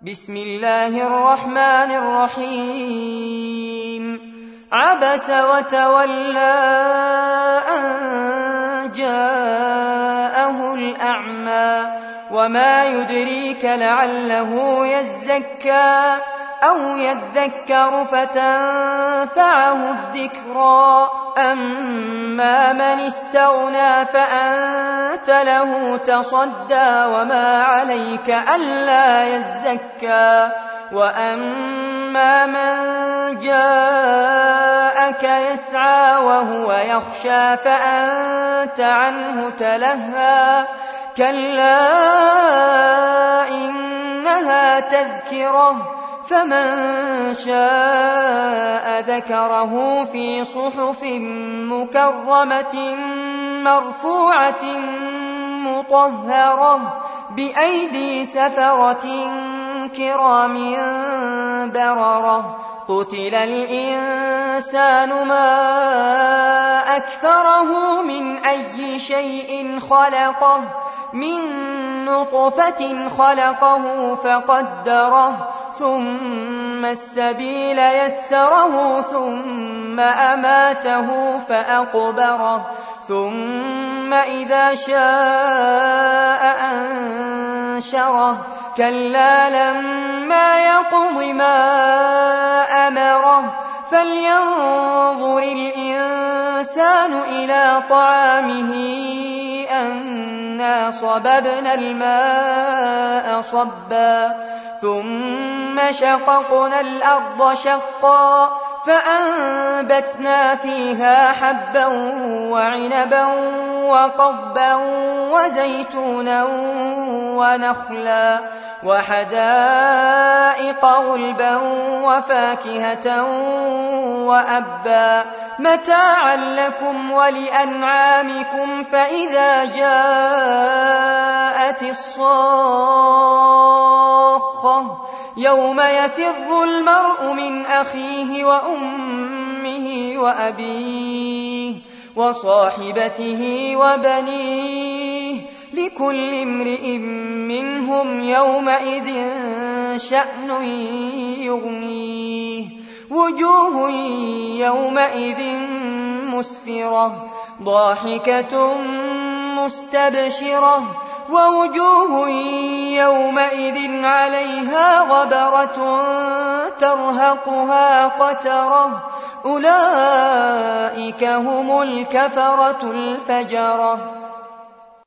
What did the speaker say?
بسم الله الرحمن الرحيم عبس وتولى أن جاءه الأعمى وما يدريك لعله يزكى أو يذكر فتنفعه الذكرى أما من استغنى فأنت له تصدى وما عليك ألا يزكى وأما من جاءك يسعى وهو يخشى فأنت عنه تلهى كلا إنها تذكرة فمن شاء ذكره في صحف مكرمة مرفوعة مطهرة بأيدي سفرة كرام بررة قتل الإنسان ما أكفره من أي شيء خلقه من نطفة خلقه فقدره ثم السبيل يسره ثم أماته فأقبره ثم إذا شاء أنشره كلا لما يقض ما أمره فلينظر الإنسان إلى طعامه أنا صببنا الماء صبا ثم شققنا الأرض شقا فأنبتنا فيها حبا وعنبا وقضبا وزيتونا ونخلا وحدائق غلبا وفاكهة وأبا متاعا لكم ولأنعامكم فإذا جاءت الصاخة يوم يفر المرء من أخيه وأمه وأبيه وصاحبته وبنيه لكل امرئ منهم يومئذ شأن يغنيه وجوه يومئذ مسفرة ضاحكة مستبشرة ووجوه يومئذ عليها غبرة ترهقها قترة أولئك هم الكفرة الفجرة.